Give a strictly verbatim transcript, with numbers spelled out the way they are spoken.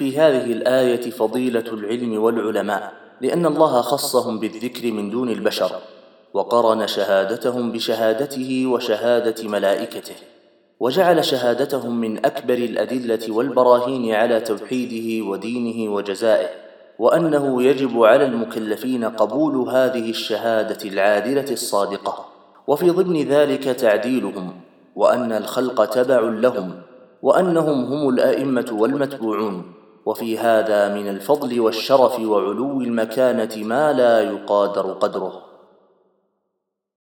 في هذه الآية فضيلة العلم والعلماء، لأن الله خصهم بالذكر من دون البشر، وقرن شهادتهم بشهادته وشهادة ملائكته، وجعل شهادتهم من أكبر الأدلة والبراهين على توحيده ودينه وجزائه، وأنه يجب على المكلفين قبول هذه الشهادة العادلة الصادقة، وفي ضمن ذلك تعديلهم، وأن الخلق تبع لهم، وأنهم هم الأئمة والمتبوعون. وفي هذا من الفضل والشرف وعلو المكانة ما لا يقادر قدره.